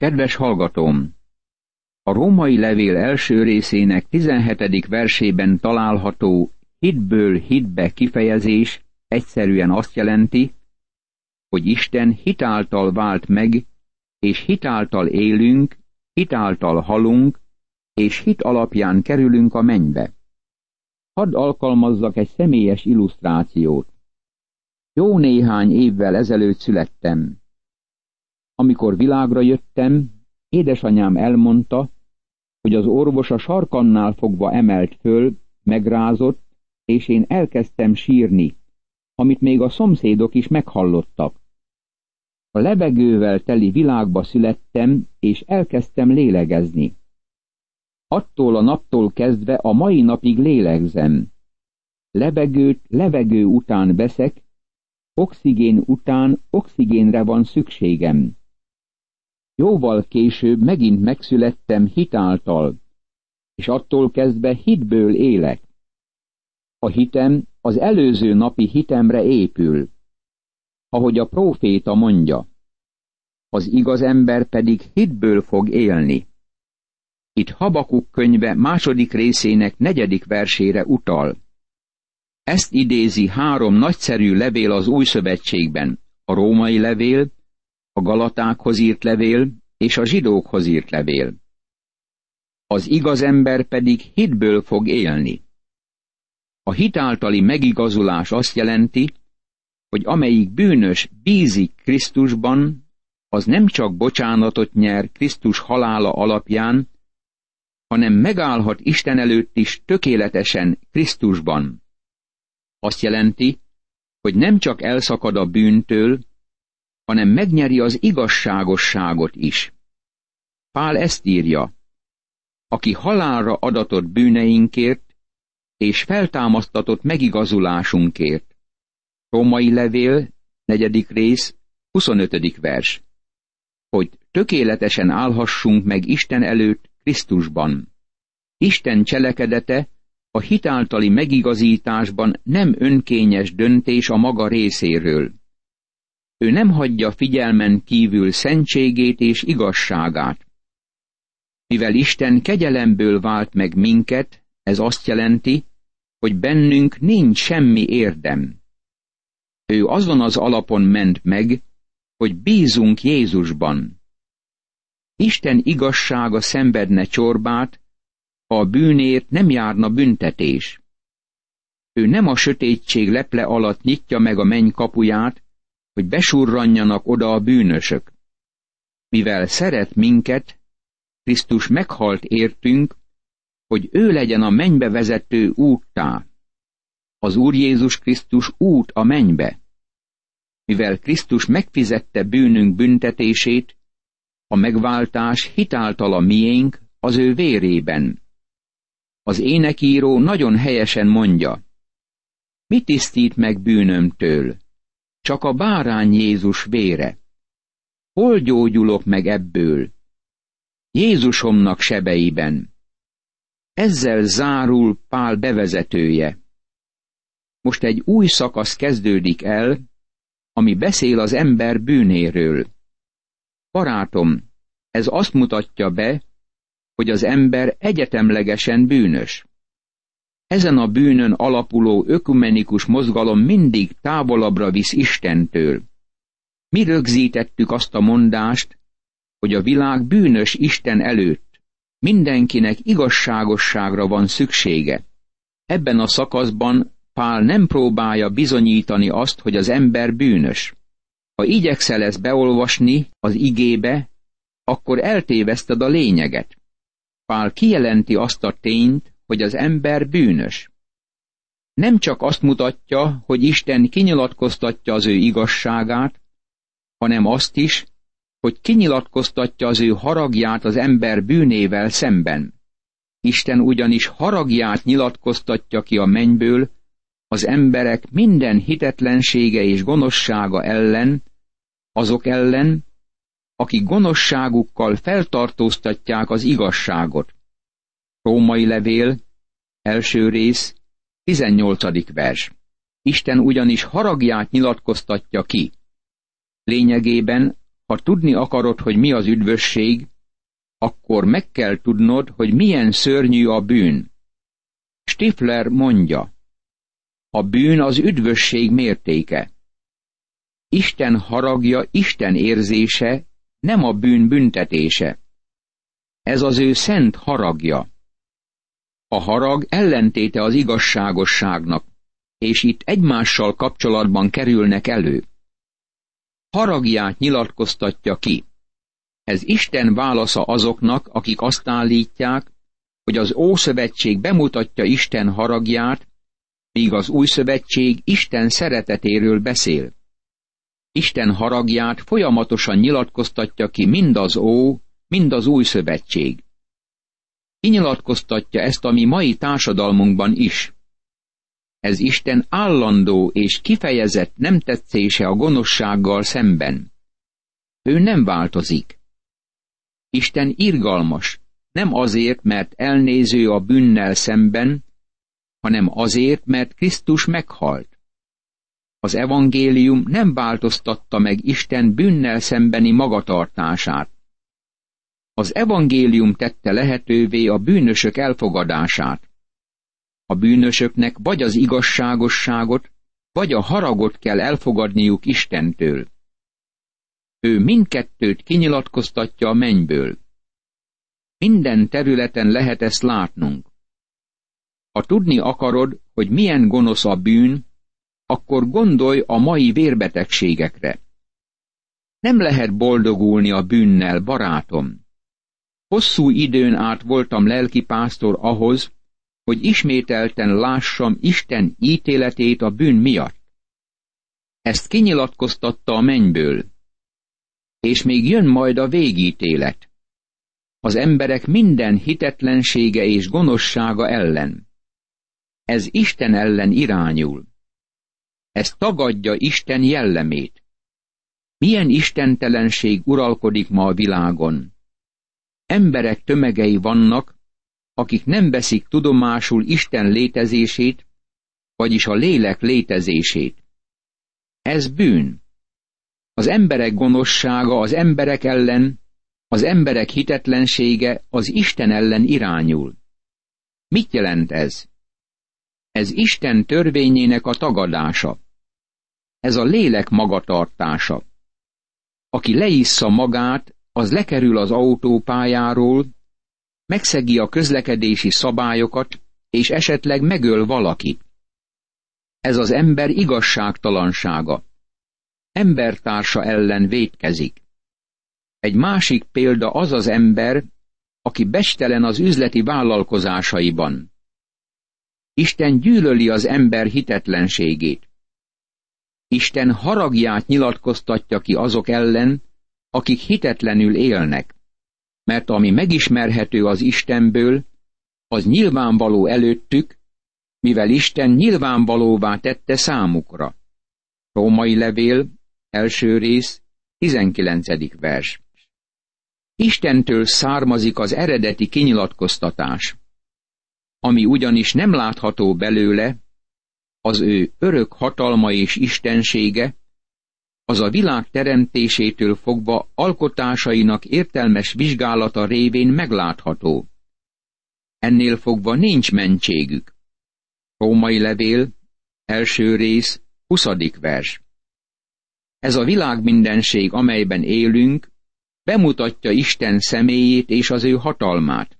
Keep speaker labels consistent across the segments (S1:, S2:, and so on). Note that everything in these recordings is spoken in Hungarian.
S1: Kedves hallgatóm! A római levél első részének 17. versében található hitből hitbe kifejezés egyszerűen azt jelenti, hogy Isten hitáltal vált meg, és hitáltal élünk, hitáltal halunk, és hit alapján kerülünk a mennybe. Hadd alkalmazzak egy személyes illusztrációt. Jó néhány évvel ezelőtt születtem. Amikor világra jöttem, édesanyám elmondta, hogy az orvos a sarkannál fogva emelt föl, megrázott, és én elkezdtem sírni, amit még a szomszédok is meghallottak. A levegővel teli világba születtem, és elkezdtem lélegezni. Attól a naptól kezdve a mai napig lélegzem. Levegőt levegő után veszek, oxigén után oxigénre van szükségem. Jóval később megint megszülettem hitáltal, és attól kezdve hitből élek. A hitem az előző napi hitemre épül. Ahogy a próféta mondja, az igaz ember pedig hitből fog élni. Itt Habakuk könyve 2. részének 4. versére utal. Ezt idézi 3 nagyszerű levél az Új Szövetségben, a római levél, a galatákhoz írt levél és a zsidókhoz írt levél. Az igaz ember pedig hitből fog élni. A hitáltali megigazulás azt jelenti, hogy amelyik bűnös bízik Krisztusban, az nem csak bocsánatot nyer Krisztus halála alapján, hanem megállhat Isten előtt is tökéletesen Krisztusban. Azt jelenti, hogy nem csak elszakad a bűntől, hanem megnyeri az igazságosságot is. Pál ezt írja, aki halálra adatott bűneinkért, és feltámasztatott megigazulásunkért. Római levél, 4. rész, 25. vers. Hogy tökéletesen állhassunk meg Isten előtt Krisztusban. Isten cselekedete a hitáltali megigazításban nem önkényes döntés a maga részéről. Ő nem hagyja figyelmen kívül szentségét és igazságát. Mivel Isten kegyelemből vált meg minket, ez azt jelenti, hogy bennünk nincs semmi érdem. Ő azon az alapon ment meg, hogy bízunk Jézusban. Isten igazsága szenvedne csorbát, ha a bűnért nem járna büntetés. Ő nem a sötétség leple alatt nyitja meg a menny kapuját, hogy besurranjanak oda a bűnösök. Mivel szeret minket, Krisztus meghalt értünk, hogy ő legyen a mennybe vezető úttá. Az Úr Jézus Krisztus út a mennybe. Mivel Krisztus megfizette bűnünk büntetését, a megváltás hitáltal a miénk az ő vérében. Az énekíró nagyon helyesen mondja, mi tisztít meg bűnömtől? Csak a bárány Jézus vére. Hol gyógyulok meg ebből? Jézusomnak sebeiben. Ezzel zárul Pál bevezetője. Most egy új szakasz kezdődik el, ami beszél az ember bűnéről. Barátom, ez azt mutatja be, hogy az ember egyetemlegesen bűnös. Ezen a bűnön alapuló ökumenikus mozgalom mindig távolabbra visz Istentől. Mi rögzítettük azt a mondást, hogy a világ bűnös Isten előtt. Mindenkinek igazságosságra van szüksége. Ebben a szakaszban Pál nem próbálja bizonyítani azt, hogy az ember bűnös. Ha igyekszel ezt beolvasni az igébe, akkor eltéveszted a lényeget. Pál kijelenti azt a tényt, hogy az ember bűnös. Nem csak azt mutatja, hogy Isten kinyilatkoztatja az ő igazságát, hanem azt is, hogy kinyilatkoztatja az ő haragját az ember bűnével szemben. Isten ugyanis haragját nyilatkoztatja ki a mennyből az emberek minden hitetlensége és gonoszsága ellen, azok ellen, akik gonoszságukkal feltartóztatják az igazságot. Római levél, 1. rész, 18. vers. Isten ugyanis haragját nyilatkoztatja ki. Lényegében, Ha tudni akarod, hogy mi az üdvösség, akkor meg kell tudnod, hogy milyen szörnyű a bűn. Stifler mondja, a bűn az üdvösség mértéke. Isten haragja, Isten érzése, nem a bűn büntetése. Ez az ő szent haragja. A harag ellentéte az igazságosságnak, és itt egymással kapcsolatban kerülnek elő. Haragját nyilatkoztatja ki. Ez Isten válasza azoknak, akik azt állítják, hogy az Ószövetség bemutatja Isten haragját, míg az Új Szövetség Isten szeretetéről beszél. Isten haragját folyamatosan nyilatkoztatja ki mind az mind az Új Szövetség. Kinyilatkoztatja ezt a mi mai társadalmunkban is. Ez Isten állandó és kifejezett nem tetszése a gonoszsággal szemben. Ő nem változik. Isten irgalmas, nem azért, mert elnéző a bűnnel szemben, hanem azért, mert Krisztus meghalt. Az evangélium nem változtatta meg Isten bűnnel szembeni magatartását. Az evangélium tette lehetővé a bűnösök elfogadását. A bűnösöknek vagy az igazságosságot, vagy a haragot kell elfogadniuk Istentől. Ő mindkettőt kinyilatkoztatja a mennyből. Minden területen lehet ezt látnunk. Ha tudni akarod, hogy milyen gonosz a bűn, akkor gondolj a mai vérbetegségekre. Nem lehet boldogulni a bűnnel, barátom. Hosszú időn át voltam lelkipásztor ahhoz, hogy ismételten lássam Isten ítéletét a bűn miatt. Ezt kinyilatkoztatta a mennyből. És még jön majd a végítélet. Az emberek minden hitetlensége és gonoszsága ellen. Ez Isten ellen irányul. Ez tagadja Isten jellemét. Milyen istentelenség uralkodik ma a világon? Emberek tömegei vannak, akik nem veszik tudomásul Isten létezését, vagyis a lélek létezését. Ez bűn. Az emberek gonoszsága az emberek ellen, az emberek hitetlensége az Isten ellen irányul. Mit jelent ez? Ez Isten törvényének a tagadása. Ez a lélek magatartása. Aki leissza magát, az lekerül az autópályáról, megszegi a közlekedési szabályokat, és esetleg megöl valakit. Ez az ember igazságtalansága. Embertársa ellen vétkezik. Egy másik példa az az ember, aki becstelen az üzleti vállalkozásaiban. Isten gyűlöli az ember hitetlenségét. Isten haragját nyilatkoztatja ki azok ellen, akik hitetlenül élnek, mert ami megismerhető az Istenből, az nyilvánvaló előttük, mivel Isten nyilvánvalóvá tette számukra. Római levél, 1. rész, 19. vers. Istentől származik az eredeti kinyilatkoztatás. Ami ugyanis nem látható belőle, az ő örök hatalma és istensége, az a világ teremtésétől fogva alkotásainak értelmes vizsgálata révén meglátható. Ennél fogva nincs mentségük. Római levél, 1. rész, 20. vers. Ez a világmindenség, amelyben élünk, bemutatja Isten személyét és az ő hatalmát.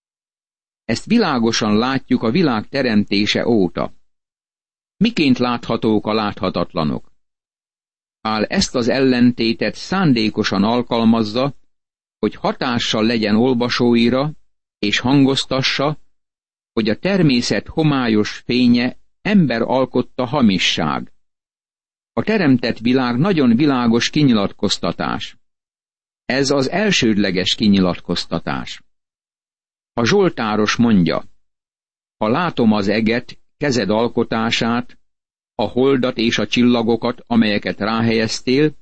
S1: Ezt világosan látjuk a világ teremtése óta. Miként láthatók a láthatatlanok? Pál ezt az ellentétet szándékosan alkalmazza, hogy hatással legyen olvasóira, és hangoztassa, hogy a természet homályos fénye ember alkotta hamisság. A teremtett világ nagyon világos kinyilatkoztatás. Ez az elsődleges kinyilatkoztatás. A zsoltáros mondja, ha látom az eget, kezed alkotását, a holdat és a csillagokat, amelyeket ráhelyeztél,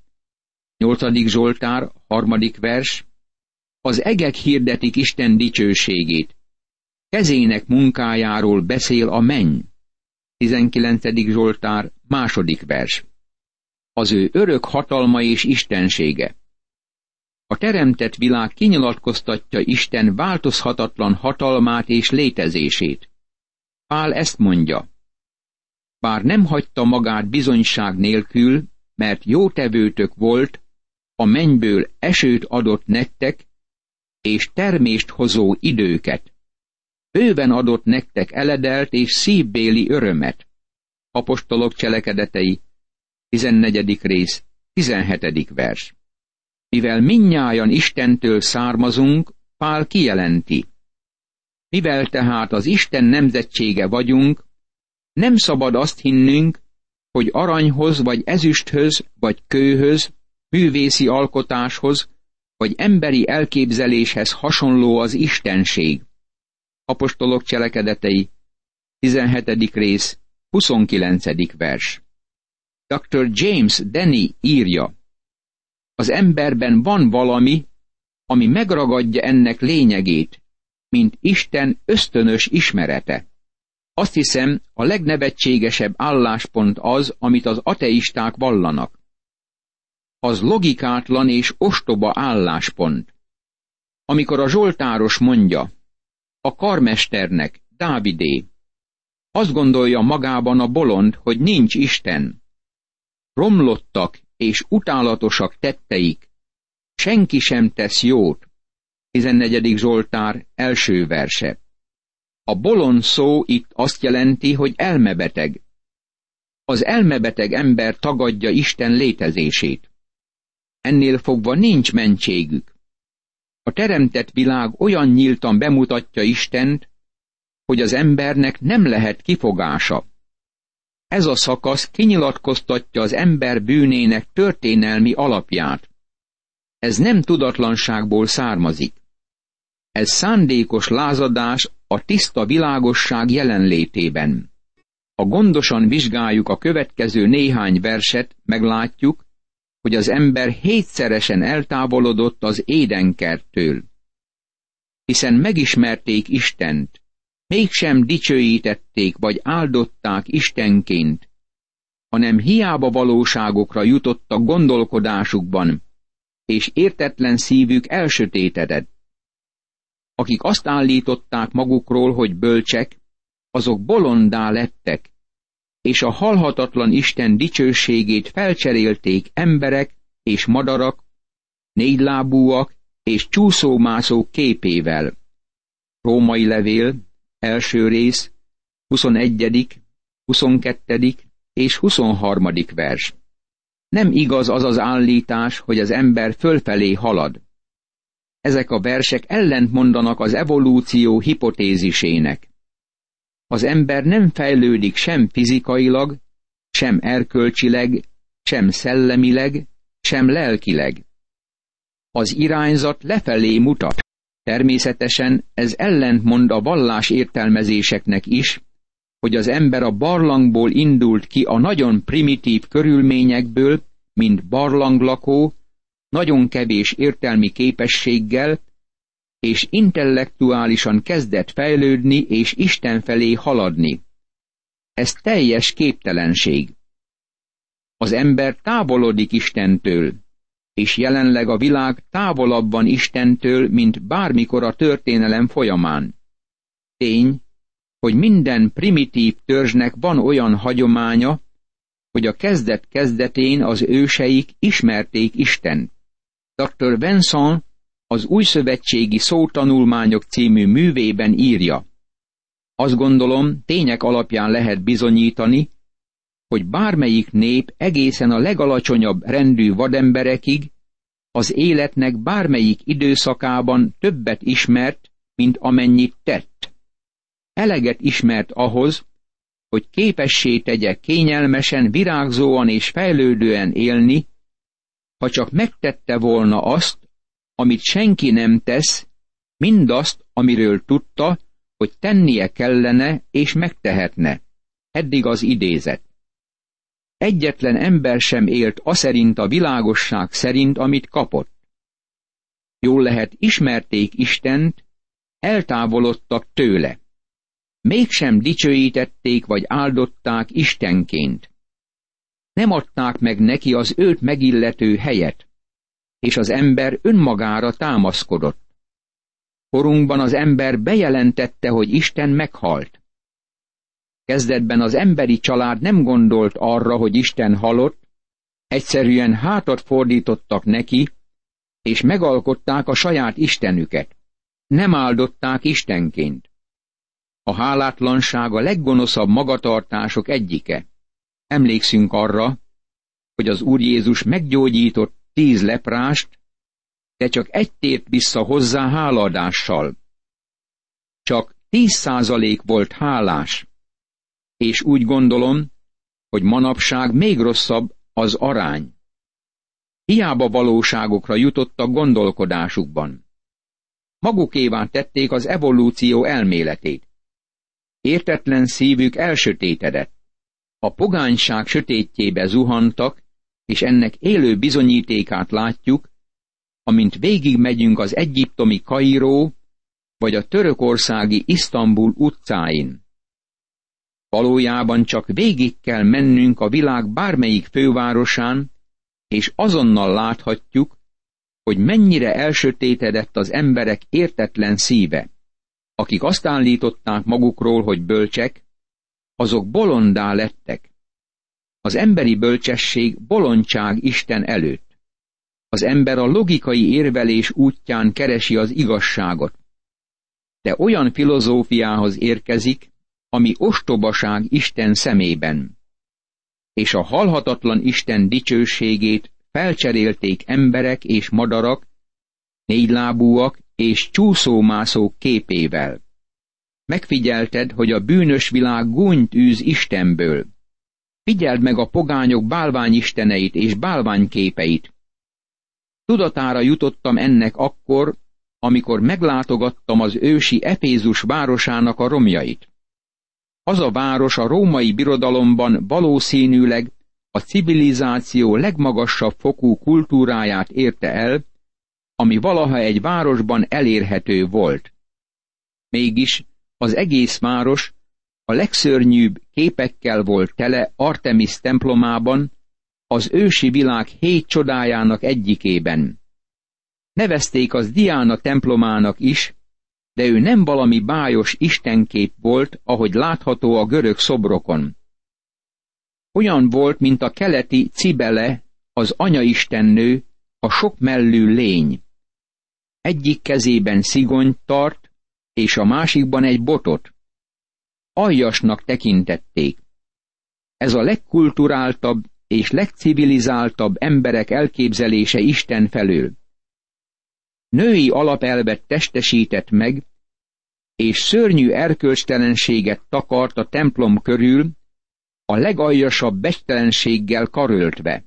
S1: 8. Zsoltár, 3. vers, az egek hirdetik Isten dicsőségét, kezének munkájáról beszél a menny, 19. Zsoltár, 2. vers. Az ő örök hatalma és istensége. A teremtett világ kinyilatkoztatja Isten változhatatlan hatalmát és létezését. Pál ezt mondja: bár nem hagyta magát bizonyság nélkül, mert jótevőtök volt, a mennyből esőt adott nektek, és termést hozó időket. Bőven adott nektek eledelt és szívbéli örömet. Apostolok cselekedetei, 14. rész, 17. vers. Mivel mindnyájan Istentől származunk, Pál kijelenti: mivel tehát az Isten nemzetsége vagyunk, nem szabad azt hinnünk, hogy aranyhoz, vagy ezüsthöz, vagy kőhöz, művészi alkotáshoz, vagy emberi elképzeléshez hasonló az istenség. Apostolok cselekedetei, 17. rész, 29. vers. Dr. James Denney írja: az emberben van valami, ami megragadja ennek lényegét, mint Isten ösztönös ismerete. Azt hiszem, a legnevetségesebb álláspont az, amit az ateisták vallanak. Az logikátlan és ostoba álláspont. Amikor a zsoltáros mondja: a karmesternek, Dávidé, azt gondolja magában a bolond, hogy nincs Isten. Romlottak és utálatosak tetteik, senki sem tesz jót. 14. Zsoltár első verse. A bolond szó itt azt jelenti, hogy elmebeteg. Az elmebeteg ember tagadja Isten létezését. Ennél fogva nincs mentségük. A teremtett világ olyan nyíltan bemutatja Istent, hogy az embernek nem lehet kifogása. Ez a szakasz kinyilatkoztatja az ember bűnének történelmi alapját. Ez nem tudatlanságból származik. Ez szándékos lázadás a tiszta világosság jelenlétében. Ha gondosan vizsgáljuk a következő néhány verset, meglátjuk, hogy az ember 7-szeresen eltávolodott az édenkerttől. Hiszen megismerték Istent, mégsem dicsőítették vagy áldották istenként, hanem hiába valóságokra jutottak gondolkodásukban, és értetlen szívük elsötétedett. Akik azt állították magukról, hogy bölcsek, azok bolondá lettek, és a halhatatlan Isten dicsőségét felcserélték emberek és madarak, négylábúak és csúszómászók képével. Római levél, első rész, 21., 22. és 23. vers. Nem igaz az az állítás, hogy az ember fölfelé halad. Ezek a versek ellentmondanak az evolúció hipotézisének. Az ember nem fejlődik sem fizikailag, sem erkölcsileg, sem szellemileg, sem lelkileg. Az irányzat lefelé mutat. Természetesen ez ellentmond a vallás értelmezéseknek is, hogy az ember a barlangból indult ki a nagyon primitív körülményekből, mint barlanglakó, nagyon kevés értelmi képességgel, és intellektuálisan kezdett fejlődni és Isten felé haladni. Ez teljes képtelenség. Az ember távolodik Istentől, és jelenleg a világ távolabb van Istentől, mint bármikor a történelem folyamán. Tény, hogy minden primitív törzsnek van olyan hagyománya, hogy a kezdet kezdetén az őseik ismerték Istent. Dr. Vincent az Újszövetségi Szótanulmányok című művében írja: azt gondolom, tények alapján lehet bizonyítani, hogy bármelyik nép egészen a legalacsonyabb rendű vademberekig az életnek bármelyik időszakában többet ismert, mint amennyit tett. Eleget ismert ahhoz, hogy képessé tegye kényelmesen, virágzóan és fejlődően élni, ha csak megtette volna azt, amit senki nem tesz, mindazt, amiről tudta, hogy tennie kellene és megtehetne. Eddig az idézet. Egyetlen ember sem élt aszerint a világosság szerint, amit kapott. Jól lehet, ismerték Istent, eltávolodtak tőle. Mégsem dicsőítették vagy áldották Istenként. Nem adták meg neki az őt megillető helyet. és az ember önmagára támaszkodott. Korunkban az ember bejelentette, hogy Isten meghalt. Kezdetben az emberi család nem gondolt arra, hogy Isten halott, egyszerűen hátat fordítottak neki, és megalkották a saját istenüket. Nem áldották istenként. A hálátlanság a leggonoszabb magatartások egyike. Emlékszünk arra, hogy az Úr Jézus meggyógyított 10 leprást, de csak egy tért vissza hozzá hálaadással. Csak 10% volt hálás, és úgy gondolom, hogy manapság még rosszabb az arány. Hiába valóságokra jutottak gondolkodásukban. Magukévá tették az evolúció elméletét. Értetlen szívük elsötétedett. A pogányság sötétjébe zuhantak, és ennek élő bizonyítékát látjuk, amint végigmegyünk az egyiptomi Kairó vagy a törökországi Isztambul utcáin. Valójában csak végig kell mennünk a világ bármelyik fővárosán, és azonnal láthatjuk, hogy mennyire elsötétedett az emberek értetlen szíve. Akik azt állították magukról, hogy bölcsek, azok bolonddá lettek. Az emberi bölcsesség bolondság Isten előtt. Az ember a logikai érvelés útján keresi az igazságot. De olyan filozófiához érkezik, ami ostobaság Isten szemében. És a halhatatlan Isten dicsőségét felcserélték emberek és madarak, négylábúak és csúszómászók képével. Megfigyelted, hogy a bűnös világ gúnyt űz Istenből. Figyeld meg a pogányok bálványisteneit és bálványképeit. Tudatára jutottam ennek akkor, amikor meglátogattam az ősi Efézus városának a romjait. Az a város a római birodalomban valószínűleg a civilizáció legmagasabb fokú kultúráját érte el, ami valaha egy városban elérhető volt. Mégis az egész város a legszörnyűbb képekkel volt tele Artemis templomában, az ősi világ 7 csodájának egyikében. Nevezték az Diana templomának is, de ő nem valami bájos istenkép volt, ahogy látható a görög szobrokon. Olyan volt, mint a keleti Cibele, az anyaistennő, a sokmellű lény. Egyik kezében szigonyt tart, és a másikban egy botot. Aljasnak tekintették. Ez a legkulturáltabb és legcivilizáltabb emberek elképzelése Isten felől. Női alapelvet testesített meg, és szörnyű erkölcstelenséget takart a templom körül, a legaljasabb becstelenséggel karöltve.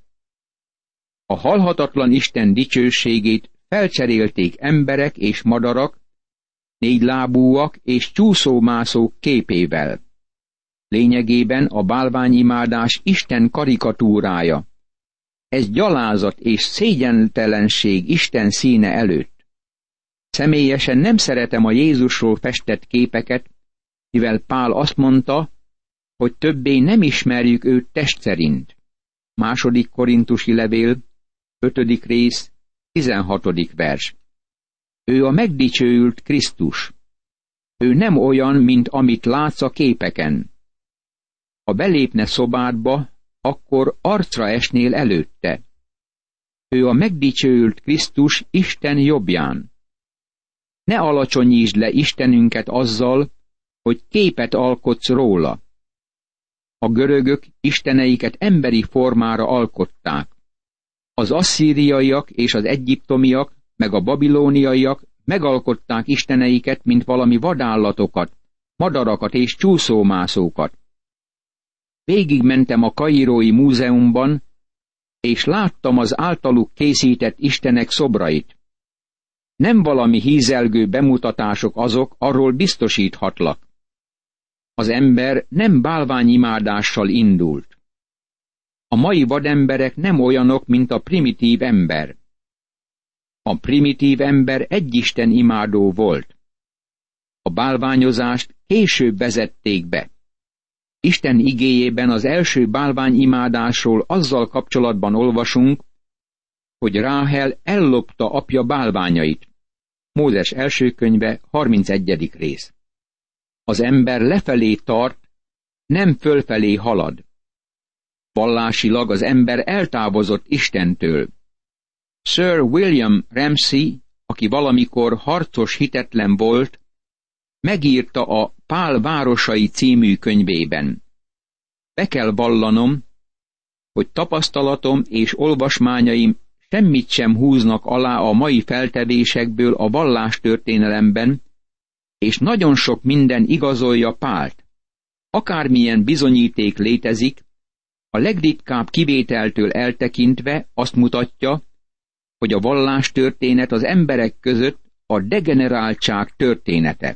S1: A halhatatlan Isten dicsőségét felcserélték emberek és madarak, négylábúak és csúszómászók képével. Lényegében a bálványimádás Isten karikatúrája. Ez gyalázat és szégyentelenség Isten színe előtt. Személyesen nem szeretem a Jézusról festett képeket, mivel Pál azt mondta, hogy többé nem ismerjük őt test szerint. 2. Korintusi levél, 5. rész, 16. vers. Ő a megdicsőült Krisztus. Ő nem olyan, mint amit látsz a képeken. Ha belépne szobádba, akkor arcra esnél előtte. Ő a megdicsőült Krisztus Isten jobbján. Ne alacsonyítsd le Istenünket azzal, hogy képet alkotsz róla. A görögök isteneiket emberi formára alkották. Az asszíriaiak és az egyiptomiak, meg a babilóniaiak megalkották isteneiket, mint valami vadállatokat, madarakat és csúszómászókat. Végigmentem a Kairói múzeumban, és láttam az általuk készített istenek szobrait. Nem valami hízelgő bemutatások azok, arról biztosíthatlak. Az ember nem bálványimádással indult. A mai vademberek nem olyanok, mint a primitív ember. A primitív ember egyisten imádó volt. A bálványozást később vezették be. Isten igéjében az első bálványimádásról azzal kapcsolatban olvasunk, hogy Ráhel ellopta apja bálványait. Mózes első könyve, 31. rész. Az ember lefelé tart, nem fölfelé halad. Vallásilag az ember eltávozott Istentől. Sir William Ramsay, aki valamikor harcos hitetlen volt, megírta a Pál városai című könyvében. Be kell vallanom, hogy tapasztalatom és olvasmányaim semmit sem húznak alá a mai feltevésekből a vallástörténelemben, és nagyon sok minden igazolja Pált. Akármilyen bizonyíték létezik, a legritkább kivételtől eltekintve azt mutatja, hogy a vallástörténet az emberek között a degeneráltság története.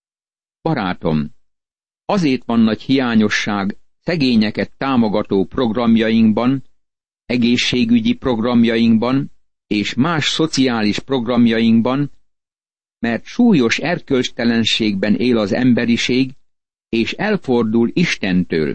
S1: Barátom, azért van nagy hiányosság szegényeket támogató programjainkban, egészségügyi programjainkban és más szociális programjainkban, mert súlyos erkölcstelenségben él az emberiség, és elfordul Istentől.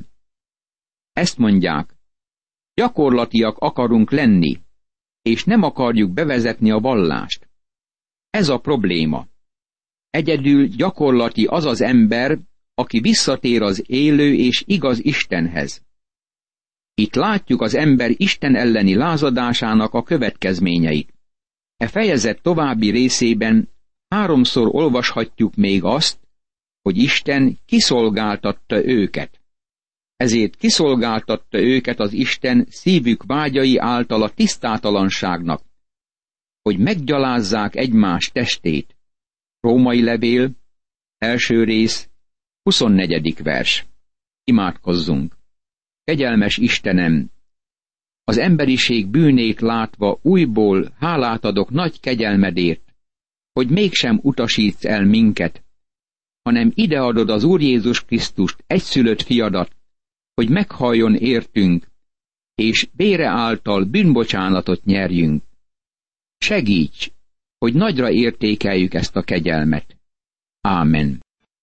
S1: Ezt mondják, gyakorlatiak akarunk lenni, és nem akarjuk bevezetni a vallást. Ez a probléma. Egyedül gyakorlati az az ember, aki visszatér az élő és igaz Istenhez. Itt látjuk az ember Isten elleni lázadásának a következményeit. E fejezet további részében 3-szor olvashatjuk még azt, hogy Isten kiszolgáltatta őket. Ezért kiszolgáltatta őket az Isten szívük vágyai által a tisztátalanságnak, hogy meggyalázzák egymás testét. Római levél, első rész, 24. vers. Imádkozzunk! Kegyelmes Istenem, az emberiség bűnét látva újból hálát adok nagy kegyelmedért, hogy mégsem utasítsz el minket, hanem ideadod az Úr Jézus Krisztust, egyszülött fiadat, hogy meghalljon értünk, és vére által bűnbocsánatot nyerjünk. Segíts, hogy nagyra értékeljük ezt a kegyelmet. Ámen.